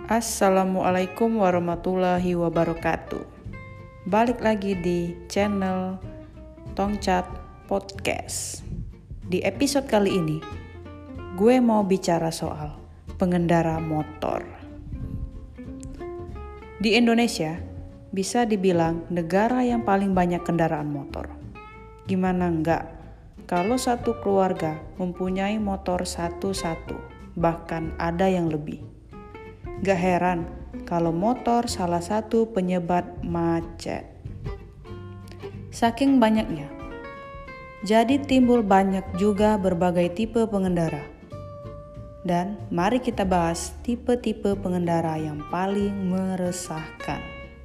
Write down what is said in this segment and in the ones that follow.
Assalamualaikum warahmatullahi wabarakatuh. Balik lagi di channel Tongcat Podcast. Di episode kali ini, gue mau bicara soal pengendara motor. Di Indonesia, bisa dibilang negara yang paling banyak kendaraan motor. Gimana enggak? Kalau satu keluarga mempunyai motor satu-satu, bahkan ada yang lebih. Gak heran kalau motor salah satu penyebab macet. Saking banyaknya, jadi timbul banyak juga berbagai tipe pengendara. Dan mari kita bahas tipe-tipe pengendara yang paling meresahkan.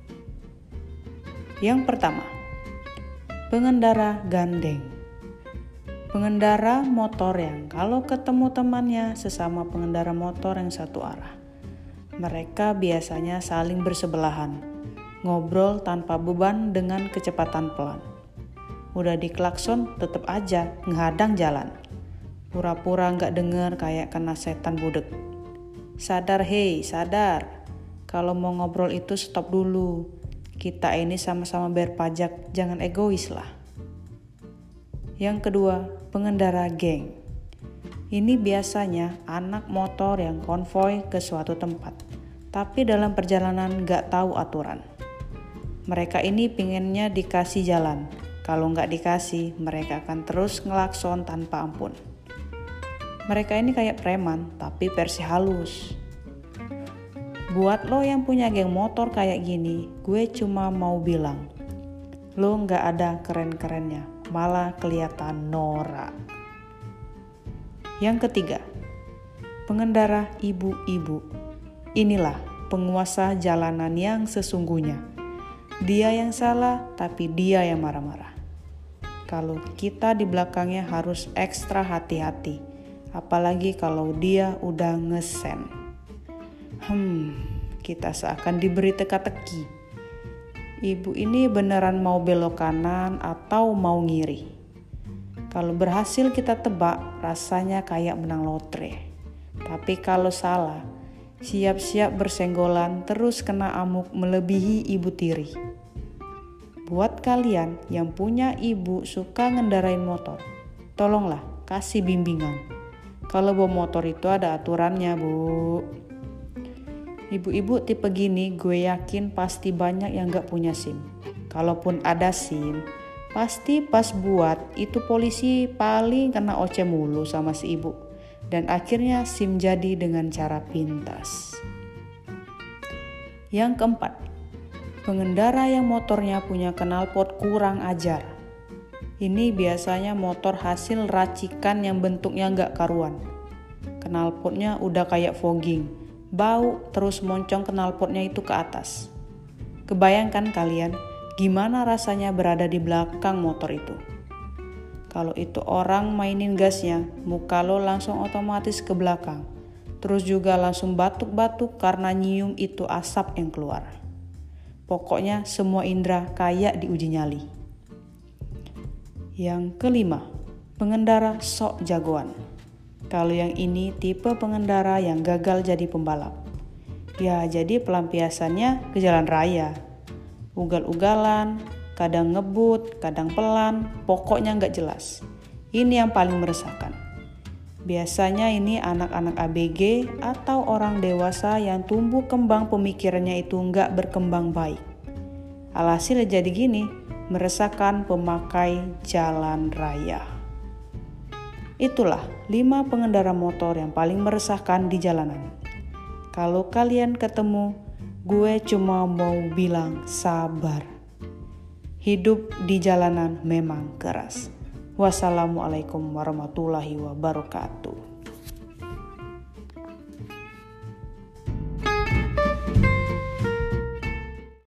Yang pertama, pengendara gandeng. Pengendara motor yang kalau ketemu temannya sesama pengendara motor yang satu arah. Mereka biasanya saling bersebelahan, ngobrol tanpa beban dengan kecepatan pelan. Udah diklakson tetep aja ngehadang jalan. Pura-pura gak denger kayak kena setan budek. Sadar hei, sadar. Kalau mau ngobrol itu stop dulu. Kita ini sama-sama bayar pajak, jangan egois lah. Yang kedua, pengendara geng. Ini biasanya anak motor yang konvoy ke suatu tempat, tapi dalam perjalanan gak tahu aturan. Mereka ini pinginnya dikasih jalan, kalau gak dikasih mereka akan terus ngelakson tanpa ampun. Mereka ini kayak preman, tapi versi halus. Buat lo yang punya geng motor kayak gini, gue cuma mau bilang, lo gak ada keren-kerennya, malah kelihatan norak. Yang ketiga, pengendara ibu-ibu. Inilah penguasa jalanan yang sesungguhnya. Dia yang salah, tapi dia yang marah-marah. Kalau kita di belakangnya harus ekstra hati-hati, apalagi kalau dia udah ngesen. Kita seakan diberi teka-teki. Ibu ini beneran mau belok kanan atau mau ngiri? Kalau berhasil kita tebak, rasanya kayak menang lotre. Tapi kalau salah, siap-siap bersenggolan terus kena amuk melebihi ibu tiri. Buat kalian yang punya ibu suka ngendarain motor, tolonglah kasih bimbingan. Kalau bawa motor itu ada aturannya, Bu. Ibu-ibu tipe gini gue yakin pasti banyak yang gak punya SIM. Kalaupun ada SIM, pasti pas buat itu polisi paling kena oce mulu sama si ibu. Dan akhirnya SIM jadi dengan cara pintas. Yang keempat, pengendara yang motornya punya knalpot kurang ajar. Ini biasanya motor hasil racikan yang bentuknya gak karuan. Knalpotnya udah kayak fogging, bau terus moncong knalpotnya itu ke atas. Kebayangkan kalian gimana rasanya berada di belakang motor itu? Kalau itu orang mainin gasnya, muka lo langsung otomatis ke belakang. Terus juga langsung batuk-batuk karena nyium itu asap yang keluar. Pokoknya semua indera kayak diuji nyali. Yang kelima, pengendara sok jagoan. Kalau yang ini tipe pengendara yang gagal jadi pembalap. Ya jadi pelampiasannya ke jalan raya. Ugal-ugalan, kadang ngebut, kadang pelan, pokoknya gak jelas. Ini yang paling meresahkan. Biasanya ini anak-anak ABG atau orang dewasa yang tumbuh kembang pemikirannya itu gak berkembang baik. Alhasil jadi gini, meresahkan pemakai jalan raya. Itulah 5 pengendara motor yang paling meresahkan di jalanan. Kalau kalian ketemu, gue cuma mau bilang sabar. Hidup di jalanan memang keras. Wassalamualaikum warahmatullahi wabarakatuh.